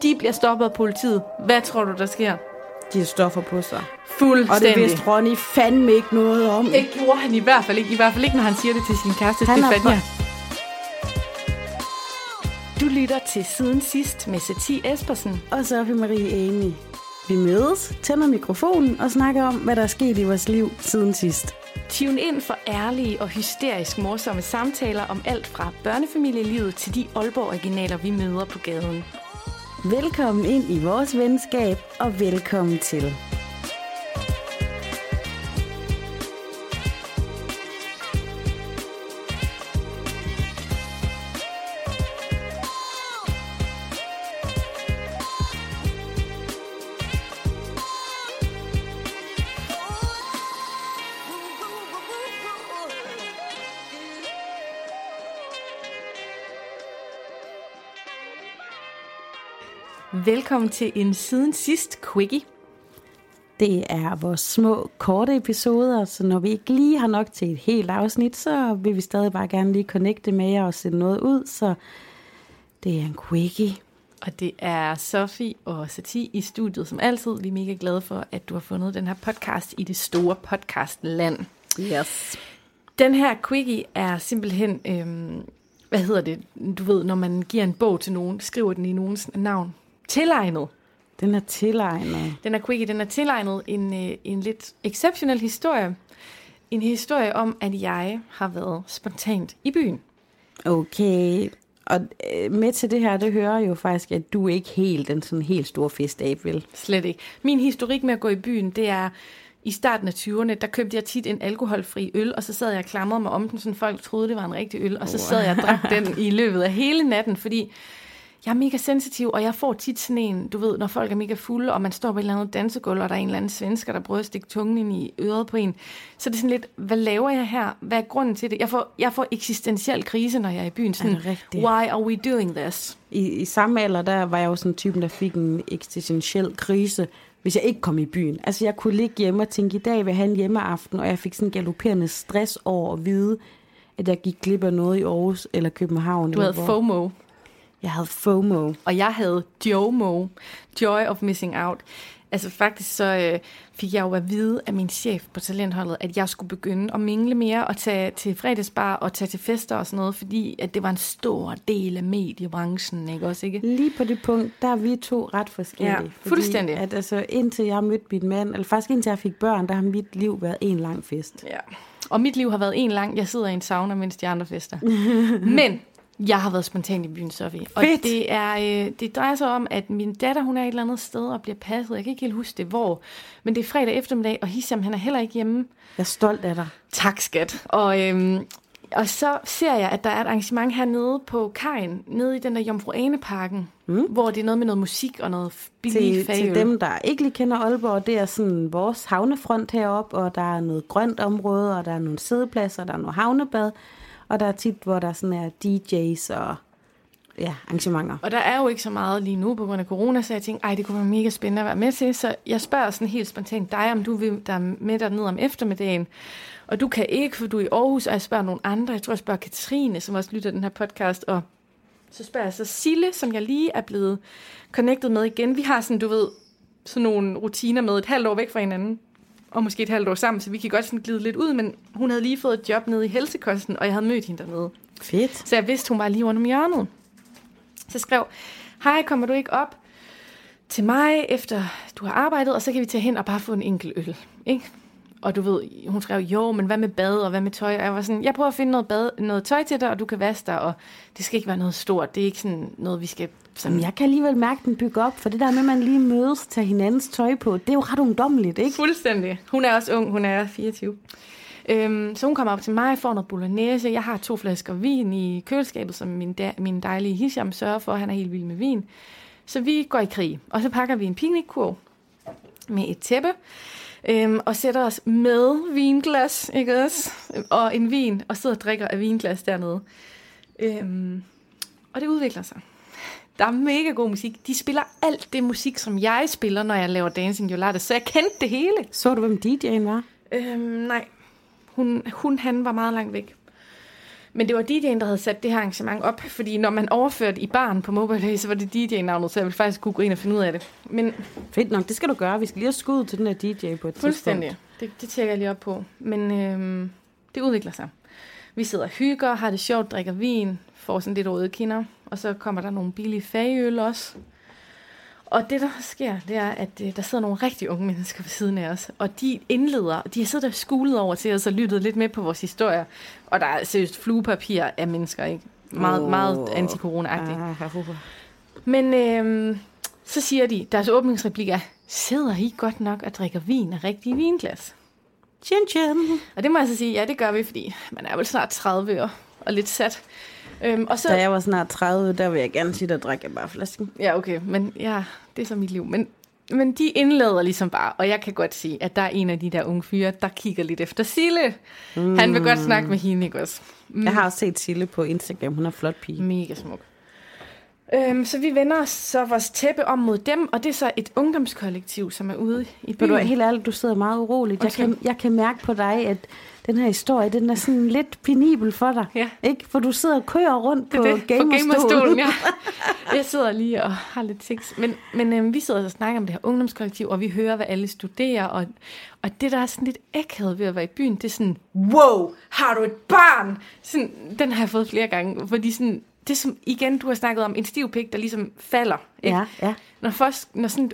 De bliver stoppet af politiet. Hvad tror du, der sker? De stoffer på sig. Fuldstændig. Og det vidste Ronny fandme ikke noget om. Det gjorde han i hvert fald ikke. I hvert fald ikke, når han siger det til sin kæreste Stefania. Du lytter til Siden Sidst med Satie Espersen. Og Sofie Marie Amy. Vi mødes, tænder mikrofonen og snakker om, hvad der er sket i vores liv siden sidst. Tune ind for ærlige og hysterisk morsomme samtaler om alt fra børnefamilielivet til de Aalborg-originaler, vi møder på gaden. Velkommen ind i vores venskab, og velkommen til. Velkommen til en siden sidst quickie. Det er vores små, korte episoder, så når vi ikke lige har nok til et helt afsnit, så vil vi stadig bare gerne lige connecte med jer og sende noget ud, så det er en quickie. Og det er Sofie og Satie i studiet som altid. Vi er mega glade for, at du har fundet den her podcast i det store podcastland. Yes. Den her quickie er simpelthen, du ved, når man giver en bog til nogen, skriver den i nogens navn. Tilegnet. Den er tilegnet. Den er quickie, den er tilegnet en lidt exceptionel historie. En historie om, at jeg har været spontant i byen. Okay, og med til det her, det hører jo faktisk, at du ikke helt den sådan helt store festabe, vel? Slet ikke. Min historik med at gå i byen, det er i starten af 20'erne, der købte jeg tit en alkoholfri øl, og så sad jeg og klamrede mig om den, sådan folk troede, det var en rigtig øl, og så sad jeg og drak den i løbet af hele natten, fordi jeg er mega sensitiv, og jeg får tit sådan en, du ved, når folk er mega fulde, og man står på et eller andet dansegulv, og der er en eller anden svensker, der prøver at stikke tungen ind i øret på en. Så det er sådan lidt, hvad laver jeg her? Hvad er grunden til det? Jeg får eksistentiel krise, når jeg er i byen. Sådan, why are we doing this? I samme alder, der var jeg jo sådan typen, der fik en eksistentiel krise, hvis jeg ikke kom i byen. Altså, jeg kunne ligge hjemme og tænke, i dag vil jeg have en hjemmeaften, og jeg fik sådan galopperende stress over at vide, at jeg gik glip af noget i Aarhus eller København. Du havde FOMO. Jeg havde FOMO. Og jeg havde JOMO, Joy of Missing Out. Altså faktisk så fik jeg jo at vide af min chef på talentholdet, at jeg skulle begynde at mingle mere og tage til fredagsbar og tage til fester og sådan noget, fordi at det var en stor del af mediebranchen, ikke også, ikke? Lige på det punkt, der er vi to ret forskellige. Ja, fuldstændig. At altså, indtil jeg mødte min mand, eller faktisk indtil jeg fik børn, der har mit liv været en lang fest. Ja, og mit liv har været en lang, jeg sidder i en sauna, mens de andre fester. Men jeg har været spontan i byen, Sofie. Og det drejer sig om, at min datter, hun er et eller andet sted og bliver passet. Jeg kan ikke helt huske det, hvor. Men det er fredag eftermiddag, og Hisham, han er heller ikke hjemme. Jeg er stolt af dig. Tak, skat. Og så ser jeg, at der er et arrangement hernede på kajen, nede i den der Jomfru Ane-parken, hvor det er noget med noget musik og noget billig fagøl. Til dem, der ikke lige kender Aalborg, det er sådan vores havnefront heroppe, og der er noget grønt område, og der er nogle sædepladser, der er noget havnebad. Og der er tit, hvor der sådan er DJ's og arrangementer. Og der er jo ikke så meget lige nu på grund af corona, så jeg tænkte, det kunne være mega spændende at være med til. Så jeg spørger sådan helt spontant dig, om du vil der med dig ned om eftermiddagen. Og du kan ikke, for du er i Aarhus, og jeg spørger nogle andre. Jeg tror, jeg spørger Katrine, som også lytter den her podcast. Og så spørger jeg så Sille, som jeg lige er blevet connected med igen. Vi har sådan, du ved, sådan nogle rutiner med et halvt år væk fra hinanden. Og måske et halvt år sammen, så vi kan godt sådan glide lidt ud, men hun havde lige fået et job nede i Helsekosten, og jeg havde mødt hende dernede. Fedt. Så jeg vidste, hun var lige rundt om hjørnet. Så skrev, hej, kommer du ikke op til mig, efter du har arbejdet, og så kan vi tage hen og bare få en enkelt øl, ikke? Og du ved, hun skrev, jo, men hvad med bad, og hvad med tøj? Og jeg var sådan, jeg prøver at finde noget tøj til dig, og du kan vaske dig, og det skal ikke være noget stort, det er ikke sådan noget, vi skal sådan. Jeg kan alligevel mærke den bygge op, for det der med, at man lige mødes, tager hinandens tøj på, det er jo ret ungdommeligt, ikke? Fuldstændig. Hun er også ung, hun er 24. Så hun kommer op til mig, får noget bolognese, jeg har 2 flasker vin i køleskabet, som min dejlige Hisham sørger for, han er helt vild med vin. Så vi går i krig, og så pakker vi en picknickkurv med et tæppe, og sætter os med vinglas, ikke også? Og en vin, og sidder og drikker af vinglas dernede. Og det udvikler sig. Der er mega god musik. De spiller alt det musik, som jeg spiller, når jeg laver Dancing Yolanda, så jeg kendte det hele. Så du, hvem DJ'en var? Nej. Han var meget langt væk. Men det var DJ'en, der havde sat det her arrangement op, fordi når man overførte i baren på MobilePay, så var det DJ-navnet, så jeg ville faktisk kunne gå ind og finde ud af det. Men fedt nok, det skal du gøre. Vi skal lige have skud til den her DJ på et tidspunkt. Fuldstændig. Det tjekker jeg lige op på. Men det udvikler sig. Vi sidder og hygger, har det sjovt, drikker vin, får sådan lidt røde kinder, og så kommer der nogle billige fagøl også. Og det, der sker, det er, at der sidder nogle rigtig unge mennesker ved siden af os, og de indleder, de har siddet der skulet over til os og lyttet lidt med på vores historier, og der er seriøst fluepapir af mennesker, ikke? Meget anti-corona-agtigt. Men så siger de, deres åbningsreplik er, sidder I godt nok og drikker vin af rigtige vinglas? Tjen, tjen. Og det må jeg så sige, ja, det gør vi, fordi man er vel snart 30 år og lidt sat. Og så, da jeg var snart 30, der vil jeg gerne sige, der drikker jeg bare flasken. Ja, okay, men ja, det er så mit liv. Men de indlader ligesom bare, og jeg kan godt sige, at der er en af de der unge fyre, der kigger lidt efter Sille. Han vil godt snakke med hende, ikke også? Jeg har også set Sille på Instagram, hun er flot pige. Mega smuk. Så vi vender så vores tæppe om mod dem, og det er så et ungdomskollektiv, som er ude i byen. Du er helt ærligt, du sidder meget uroligt. Jeg kan mærke på dig, at den her historie, den er sådan lidt penibel for dig. Ja. Ikke? For du sidder og kører rundt på gamerstolen. Ja. Jeg sidder lige og har lidt tics. Men vi sidder og snakker om det her ungdomskollektiv, og vi hører, hvad alle studerer. Og det, der er sådan lidt akavet ved at være i byen, det er sådan, wow, har du et barn? Sådan, den har jeg fået flere gange, fordi sådan, det som, igen, du har snakket om, en stiv pik, der ligesom falder. Ikke? Ja. Når sådan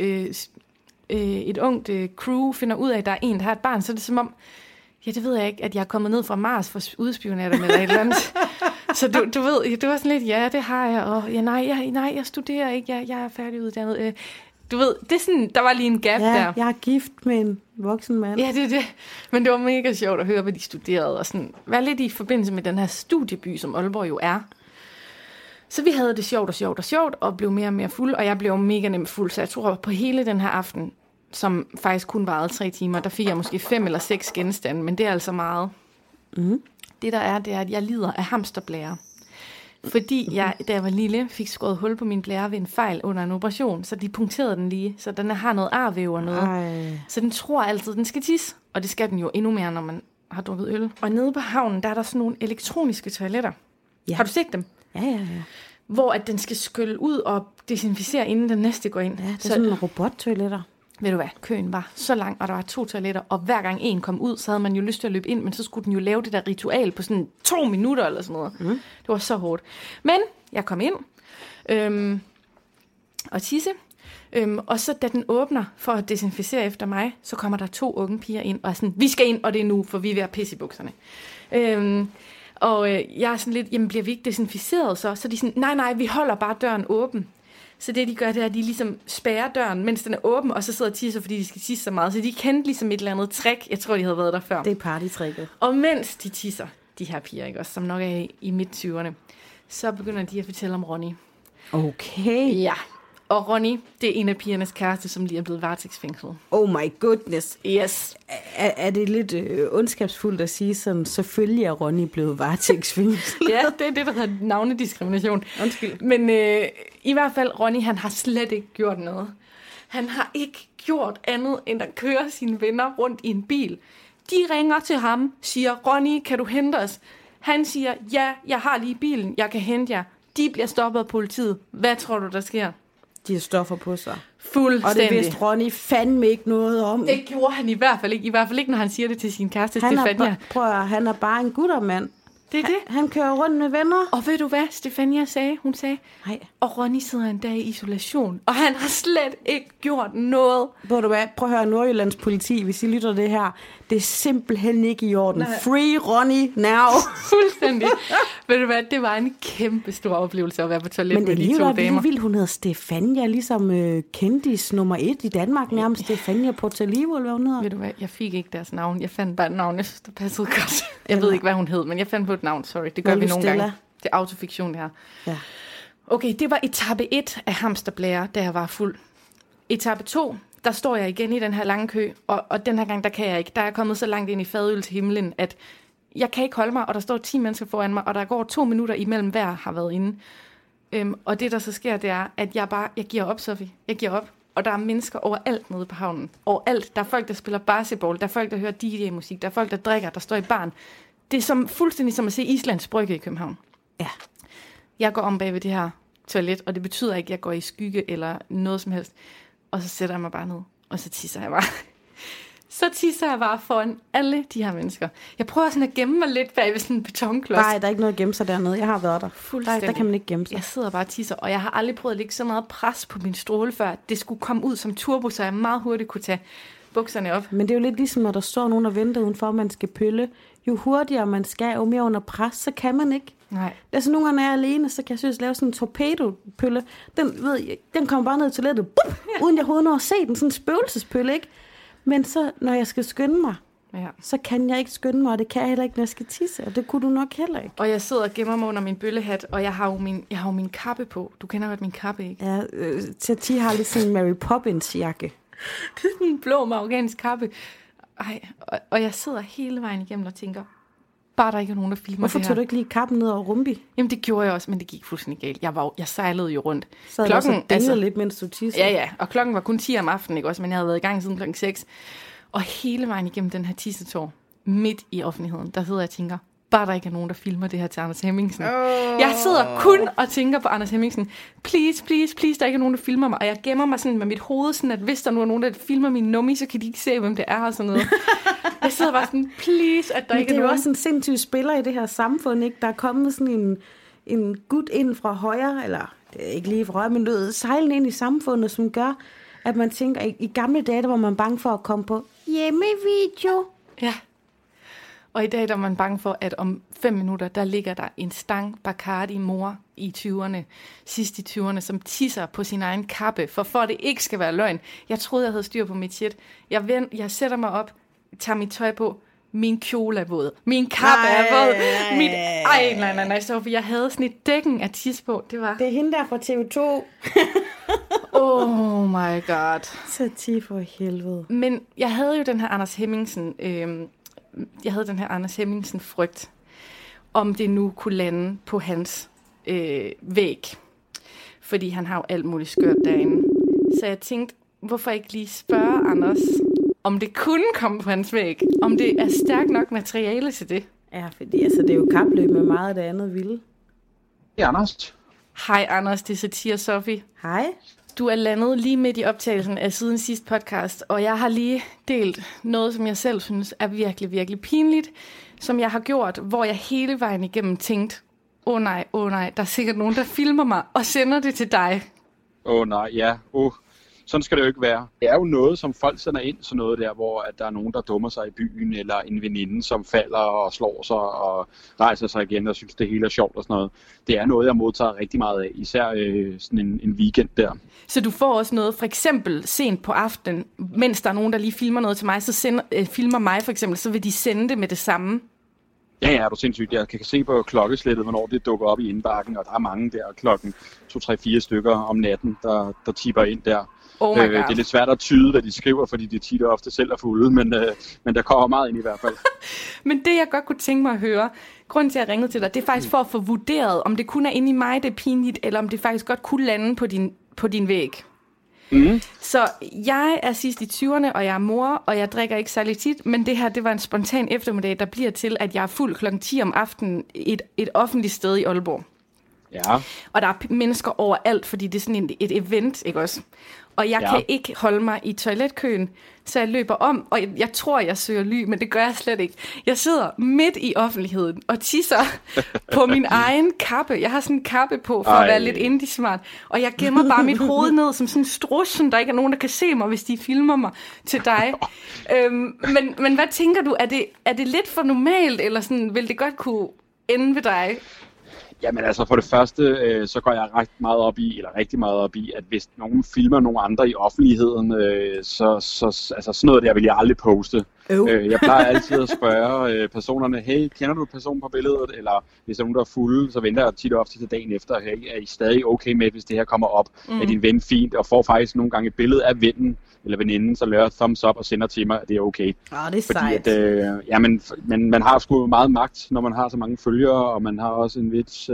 et ungt crew finder ud af, at der er en, der har et barn, så er det som om, ja, det ved jeg ikke, at jeg er kommet ned fra Mars for at udspionere dem eller et eller andet. Så du ved, det var sådan lidt, ja, det har jeg, og ja, nej, jeg studerer ikke, jeg er færdiguddannet. Du ved, det er sådan, der var lige en gap der. Ja, jeg er gift med en voksen mand. Ja, det er det. Men det var mega sjovt at høre, hvad de studerede, og sådan, være lidt i forbindelse med den her studieby, som Aalborg jo er. Så vi havde det sjovt, og blev mere og mere fuld, og jeg blev mega nemt fuld, så jeg tror på hele den her aften, som faktisk kun varede 3 timer, der fik jeg måske 5 eller 6 genstande, men det er altså meget. Mm. Det der er, det er, at jeg lider af hamsterblære. Fordi jeg, da jeg var lille, fik skåret hul på min blære ved en fejl under en operation, så de punkterede den lige, så den har noget arvæv og noget. Ej. Så den tror altid, den skal tisse, og det skal den jo endnu mere, når man har drukket øl. Og nede på havnen, der er der sådan nogle elektroniske toiletter. Ja. Har du set dem? Ja. Hvor at den skal skylle ud og desinficere, inden den næste går ind. Ja, det er sådan nogle robottoiletter. Ved du hvad, køen var så lang, og der var 2 toiletter, og hver gang en kom ud, så havde man jo lyst til at løbe ind, men så skulle den jo lave det der ritual på sådan 2 minutter eller sådan noget. Mm. Det var så hårdt. Men jeg kom ind og tisse, og så da den åbner for at desinficere efter mig, så kommer der 2 unge piger ind, og er sådan, vi skal ind, og det er nu, for vi er ved at pisse i bukserne. Og jeg er sådan lidt, jamen bliver vi ikke desinficeret så? Så de er sådan, nej, vi holder bare døren åben. Så det, de gør, det er, at de ligesom spærrer døren, mens den er åben, og så sidder og tisser, fordi de skal tisse så meget. Så de kendte ligesom et eller andet trick. Jeg tror, de havde været der før. Det er partytricket. Og mens de tisser, de her piger, ikke også, som nok er i midt-20'erne, så begynder de at fortælle om Ronny. Okay. Ja. Og Ronny, det er en af pigernes kæreste, som lige er blevet varetægtsfængslet. Oh my goodness. Yes. Er det lidt ondskabsfuldt at sige, som selvfølgelig er Ronny blevet varetægtsfængslet? Ja, det er det, der hedder navnediskrimination. Undskyld. Men i hvert fald, Ronny, han har slet ikke gjort noget. Han har ikke gjort andet, end at køre sine venner rundt i en bil. De ringer til ham, siger, Ronny, kan du hente os? Han siger, ja, jeg har lige bilen, jeg kan hente jer. De bliver stoppet af politiet. Hvad tror du, der sker? De har stoffer på sig. Fuldstændig. Og det vidste Ronny fandme ikke noget om. Det gjorde han i hvert fald ikke. I hvert fald ikke, når han siger det til sin kæreste Stefania. Han er bare en guttermand. Det er det. Han kører rundt med venner. Og ved du hvad Stefania sagde? Hun sagde, nej. Og Ronny sidder en dag i isolation. Og han har slet ikke gjort noget. Ved du hvad? Prøv at høre Nordjyllands politi, hvis I lytter det her. Det er simpelthen ikke i orden. Nej. Free Ronny now. Fuldstændig. Ved du hvad? Det var en kæmpe stor oplevelse at være på toilet med de 2 damer. Men det er vildt. Hun hedder Stefania, ligesom kendis nummer 1 i Danmark. Nærmest Stefania Portalivo, eller hvad hun hedder. Ved du hvad? Jeg fik ikke deres navn. Jeg fandt bare et navn, jeg synes, der passede godt. Jeg ved ikke, hvad hun hed, men jeg fandt på et navn. Sorry, det gør vi nogle gange. Det er autofiktion, det her. Ja. Okay, det var etape 1 af hamsterblære, da jeg var fuld. Etape 2, der står jeg igen i den her lange kø, og den her gang, der kan jeg ikke. Der er jeg kommet så langt ind i fadøl til himlen, at jeg kan ikke holde mig, og der står 10 mennesker foran mig, og der går 2 minutter imellem hver har været inde. Og det, der så sker, det er, at jeg giver op, Sofie. Jeg giver op. Og der er mennesker overalt nede på havnen. Overalt. Der er folk, der spiller basketball. Der er folk, der hører DJ-musik. Der er folk, der drikker, der står i baren. det er fuldstændig som at se Islands Brygge i København. Ja. Jeg går om bag ved det her toilet, og det betyder ikke, at jeg går i skygge eller noget som helst. Og så sætter jeg mig bare ned, og så tisser jeg bare. Så tisser jeg bare foran alle de her mennesker. Jeg prøver sådan at gemme mig lidt bag ved sådan en betonklods. Nej, der er ikke noget at gemme sig dernede. Jeg har været der. Der kan man ikke gemme sig. Jeg sidder bare og tisser, og jeg har aldrig prøvet at lægge så meget pres på min stråle, før at det skulle komme ud som turbo, så jeg meget hurtigt kunne tage bukserne op. Men det er jo lidt ligesom, når der står nogen og venter udenfor, at man skal pølle. Jo hurtigere man skal, jo mere under pres, så kan man ikke. Nej. Altså nogle gange, når jeg er alene, så kan jeg synes lave sådan en torpedopølle. Den kommer bare ned i toilettet, uden jeg overhovedet når at se den. Sådan en spøgelsespølle, ikke? Men så, når jeg skal skynde mig, så kan jeg ikke skynde mig, og det kan jeg heller ikke, når jeg skal tisse, og det kunne du nok heller ikke. Og jeg sidder og gemmer mig under min bøllehat, og jeg har jo min kappe på. Du kender godt min kappe, ikke? Ja, Tati har lidt sådan en Mary Poppins jakke. Det er sådan en blå marokkansk kappe. Og jeg sidder hele vejen igennem og tænker, bare der ikke er nogen, der filmer. Hvorfor det her. tog du ikke lige kappen ned over rumbi? Jamen det gjorde jeg også, men det gik fuldstændig galt. Jeg sejlede jo rundt. Så klokken lidt, mens du tissede. Ja, og klokken var kun 10 om aftenen, ikke også? Men jeg havde været i gang siden klokken 6. Og hele vejen igennem den her tissetår, midt i offentligheden, der sidder jeg og tænker, bare der ikke er nogen, der filmer det her til Anders Hemmingsen. Jeg sidder kun og tænker på Anders Hemmingsen. Please, der ikke er nogen, der filmer mig. Og jeg gemmer mig sådan med mit hoved, sådan at hvis der nu er nogen, der filmer min nummi, så kan de ikke se, hvem det er og sådan noget. Jeg sidder bare sådan, please, at der ikke er nogen. det er jo også en sindssyg spiller i det her samfund, ikke? Der er kommet sådan en gut ind fra højre, eller det er ikke lige fra højre, men noget sejlende ind i samfundet, som gør, at man tænker, i gamle dage, der var man bange for at komme på hjemmevideo. Ja. Og i dag der er man bange for, at om 5 minutter, der ligger der en stang Bacardi mor i 20'erne, sidst i 20'erne, som tisser på sin egen kappe, for at det ikke skal være løgn. Jeg troede, jeg havde styr på mit shit. Jeg sætter mig op, tager mit tøj på, min kjole er våd, min kappe er våd, nej, Sofie, jeg havde sådan et dækken af tis på. Det er hende der fra TV2. Oh my god. Så ti for helvede. Men jeg havde jo den her Anders Hemmingsen frygt, om det nu kunne lande på hans væg. Fordi han har jo alt muligt skørt derinde. Så jeg tænkte, hvorfor ikke lige spørge Anders, om det kunne komme på hans væg? Om det er stærkt nok materiale til det? Ja, fordi altså, det er jo kapløb med meget af det andet vilde. Hej Anders. Hej Anders, det er Satire Sofie. Hej. Du er landet lige midt i optagelsen af siden sidste podcast, og jeg har lige delt noget, som jeg selv synes er virkelig, virkelig pinligt, som jeg har gjort, hvor jeg hele vejen igennem tænkte, åh nej, der er sikkert nogen, der filmer mig og sender det til dig. Nej, ja. Sådan skal det jo ikke være. Det er jo noget, som folk sender ind, sådan noget der, hvor at der er nogen, der dummer sig i byen, eller en veninde, som falder og slår sig og rejser sig igen og synes, det hele er sjovt og sådan noget. Det er noget, jeg modtager rigtig meget af, især sådan en weekend der. Så du får også noget, for eksempel sent på aftenen, mens der er nogen, der lige filmer noget til mig, så filmer mig for eksempel, så vil de sende det med det samme? Ja, er du sindssygt. Jeg kan se på klokkeslættet, hvornår det dukker op i indbakken, og der er mange der klokken 2, 3, 4 stykker om natten, der tipper ind der. Oh det er lidt svært at tyde, hvad de skriver, fordi de tit og ofte selv er fulde, men der kommer meget ind i hvert fald. Men det, jeg godt kunne tænke mig at høre, grunden til, at jeg ringede til dig, det er faktisk for at få vurderet, om det kun er inde i mig, det er pinligt, eller om det faktisk godt kunne lande på din væg. Mm. Så jeg er sidst i 20'erne, og jeg er mor, og jeg drikker ikke særlig tit, men det her, det var en spontan eftermiddag, der bliver til, at jeg er fuld klokken 10 om aftenen et offentligt sted i Aalborg. Ja. Og der er mennesker overalt, fordi det er sådan et event, ikke også? Og jeg kan ikke holde mig i toiletkøen, så jeg løber om, og jeg tror, jeg søger ly, men det gør jeg slet ikke. Jeg sidder midt i offentligheden og tisser på min egen kappe. Jeg har sådan en kappe på, for at være lidt indie-smart, og jeg gemmer bare mit hoved ned som sådan en strussen, der ikke er nogen, der kan se mig, hvis de filmer mig til dig. Men hvad tænker du? Er det lidt for normalt, eller sådan, vil det godt kunne ende ved dig? Jamen altså for det første, så går jeg rigtig meget op i, at hvis nogen filmer nogle andre i offentligheden, så sådan noget der vil jeg aldrig poste. Jeg plejer altid at spørge personerne, hey, kender du personen på billedet? Eller hvis der er nogen, der er fulde, så venter jeg tit og ofte til dagen efter, hey, er I stadig okay med, hvis det her kommer op? Er din ven fint? Og får faktisk nogle gange et billede af vennen eller veninden, så laver thumbs up og sender til mig, at det er okay. Det er sejt. Men man har sgu meget magt, når man har så mange følgere, og man har også en vis...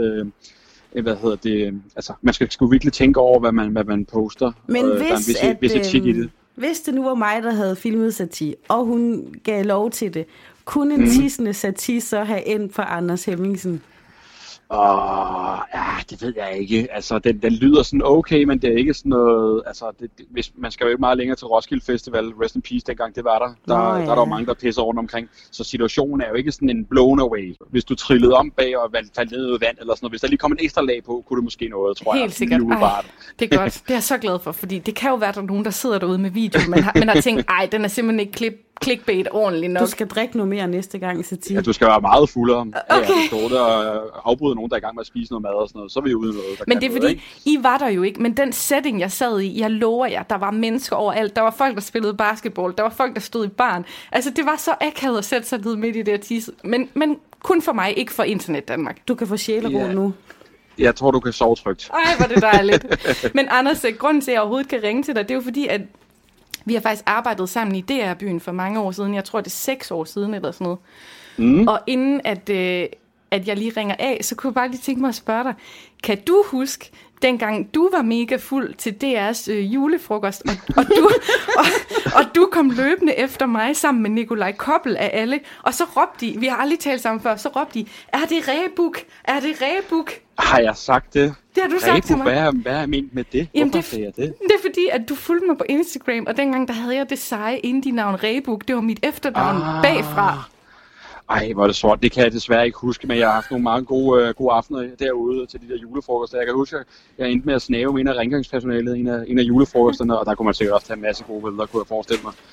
man skal sgu virkelig tænke over, hvad man poster. Men der er en vis etik i det. hvis det nu var mig, der havde filmet Satie, og hun gav lov til det, kunne en tissende Satie så have endt for Anders Hemmingsen? Ja, det ved jeg ikke. Altså, den lyder sådan okay, men det er ikke sådan noget... Altså, hvis man skal jo ikke meget længere til Roskilde Festival, Rest in Peace, dengang det var der. Der er jo mange, der pisser rundt omkring. Så situationen er jo ikke sådan en blown away. Hvis du trillede om bag og faldt ned i vand eller sådan noget, hvis der lige kom en ekstra lag på, kunne det måske noget, tror jeg. Helt sikkert. Det er godt. Det er jeg så glad for, fordi det kan jo være, der er nogen, der sidder derude med video, men har tænkt, den er simpelthen ikke clickbait ordentligt nok. Du skal drikke noget mere næste gang, Satie. Ja, du skal være meget fuldere. Okay. Ja, du står der og afbryder nogen, der er i gang med at spise noget mad og sådan noget. Så er vi ude noget. Men det er fordi, I var der jo ikke. Men den setting, jeg sad i, jeg lover jer, der var mennesker overalt. Der var folk, der spillede basketball. Der var folk, der stod i baren. Altså, det var så akavet at sætte sig ned midt i det her tisse. Men kun for mig, ikke for Internet Danmark. Du kan få sjælero nu. Jeg tror, du kan sove trygt. Ej, hvor det dejligt. Men Anders, grunden til, at jeg overhovedet kan ringe til dig, det er jo fordi, at vi har faktisk arbejdet sammen i DR-byen for mange år siden. Jeg tror, det er 6 år siden eller sådan noget. Og inden at jeg lige ringer af, så kunne jeg bare lige tænke mig at spørge dig. Kan du huske, dengang du var mega fuld til DR's julefrokost, og du kom løbende efter mig sammen med Nikolaj Koppel af alle, og så råbte de, vi har aldrig talt sammen før, så råbte de, er det Rebuk? Er det Rebuk? Har jeg sagt det? Det har du sagt til mig. Hvad er ment med det? Jamen, hvorfor siger jeg det? Det er fordi, at du fulgte mig på Instagram, og dengang der havde jeg det seje indie-navn Rebuk. Det var mit efternavn bagfra. Ej, hvor er det sort. Det kan jeg desværre ikke huske, men jeg har haft nogle meget gode aftener derude til de der julefrokoster. Jeg kan huske, at jeg endte med at snæve en af rengøringspersonalet en af julefrokosterne, og der kunne man sikkert også tage en masse gode billeder, kunne jeg forestille mig.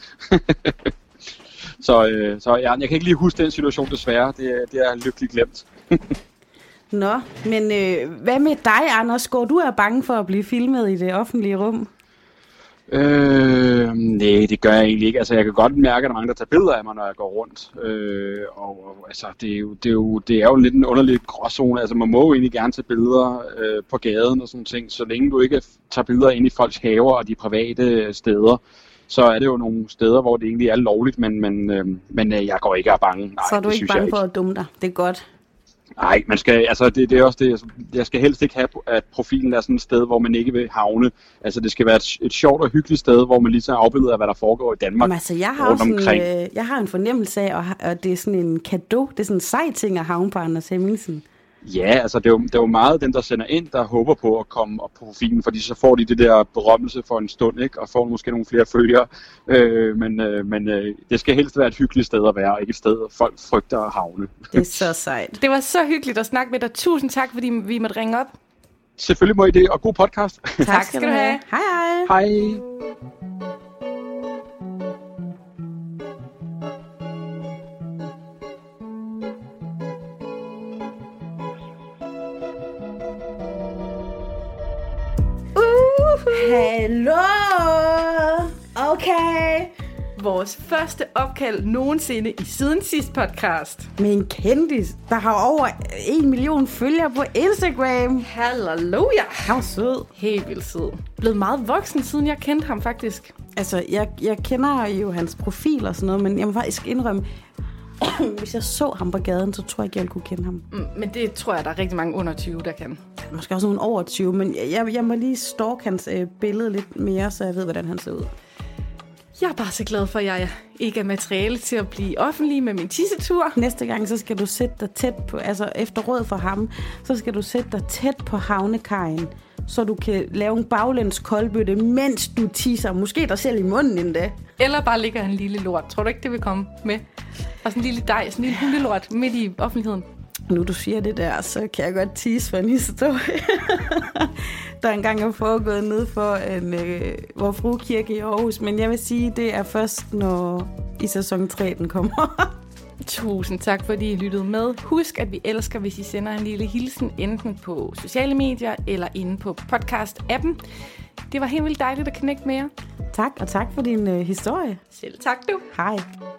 Så jeg kan ikke lige huske den situation desværre. Det er lykkeligt glemt. Nå, men hvad med dig, Anders? Går du er bange for at blive filmet i det offentlige rum? Nej, det gør jeg egentlig ikke. Altså, jeg kan godt mærke, at der er mange, der tager billeder af mig, når jeg går rundt. Altså, det er jo lidt en underlig gråzone. Altså, man må jo egentlig gerne tage billeder på gaden og sådan ting. Så længe du ikke tager billeder ind i folks haver og de private steder, så er det jo nogle steder, hvor det egentlig er lovligt, men jeg går ikke af bange. Nej, så er du ikke bange for at dumme dig. Det er godt. Nej, man skal, altså det er også det, jeg skal helst ikke have, at profilen er sådan et sted, hvor man ikke vil havne. Altså det skal være et sjovt og hyggeligt sted, hvor man lige tager afbilleder af, hvad der foregår i Danmark. Jamen, altså, jeg har en fornemmelse af, at det er sådan en cadeau, det er sådan en sej ting at havne på Anders Hemmingsen. Ja, altså det er jo meget dem, der sender ind, der håber på at komme op på profilen, fordi så får de det der berømmelse for en stund, ikke? Og får måske nogle flere følgere. Men det skal helst være et hyggeligt sted at være, og ikke et sted, folk frygter at havne. Det er så sejt. Det var så hyggeligt at snakke med dig. Tusind tak, fordi vi måtte ringe op. Selvfølgelig må I det, og god podcast. Tak skal du have. Hej hej. Hej. Hallo! Okay. Vores første opkald nogensinde i siden sidst podcast. Med en kendis, der har over 1 million følgere på Instagram. Halleluja! Han var sød. Helt vildt sød. Blevet meget voksen, siden jeg kendte ham faktisk. Altså, jeg kender jo hans profil og sådan noget, men jeg må faktisk indrømme, hvis jeg så ham på gaden, så tror jeg ikke, jeg ville kunne kende ham. Men det tror jeg, der er rigtig mange under 20, der kan. Måske også nogle over 20, men jeg må lige stalke hans billede lidt mere, så jeg ved, hvordan han ser ud. Jeg er bare så glad for, at jeg ikke er materiale til at blive offentlig med min tissetur. Næste gang, så skal du sætte dig tæt på, altså efter råd for ham, så skal du sætte dig tæt på havnekajen, så du kan lave en baglæns koldbøtte, mens du tisser. Måske dig selv i munden endda. Eller bare ligger en lille lort. Tror du ikke, det vil komme med? Og sådan en lille dej, sådan en lille hundelort midt i offentligheden. Nu du siger det der, så kan jeg godt tease for en historie. Der er engang er foregået ned for vor Frue Kirke i Aarhus, men jeg vil sige, det er først, når i sæson 3 den kommer. Tusind tak, fordi I lyttede med. Husk, at vi elsker, hvis I sender en lille hilsen, enten på sociale medier eller inde på podcast-appen. Det var helt vildt dejligt at connecte med jer. Tak, og tak for din historie. Selv tak, du. Hej.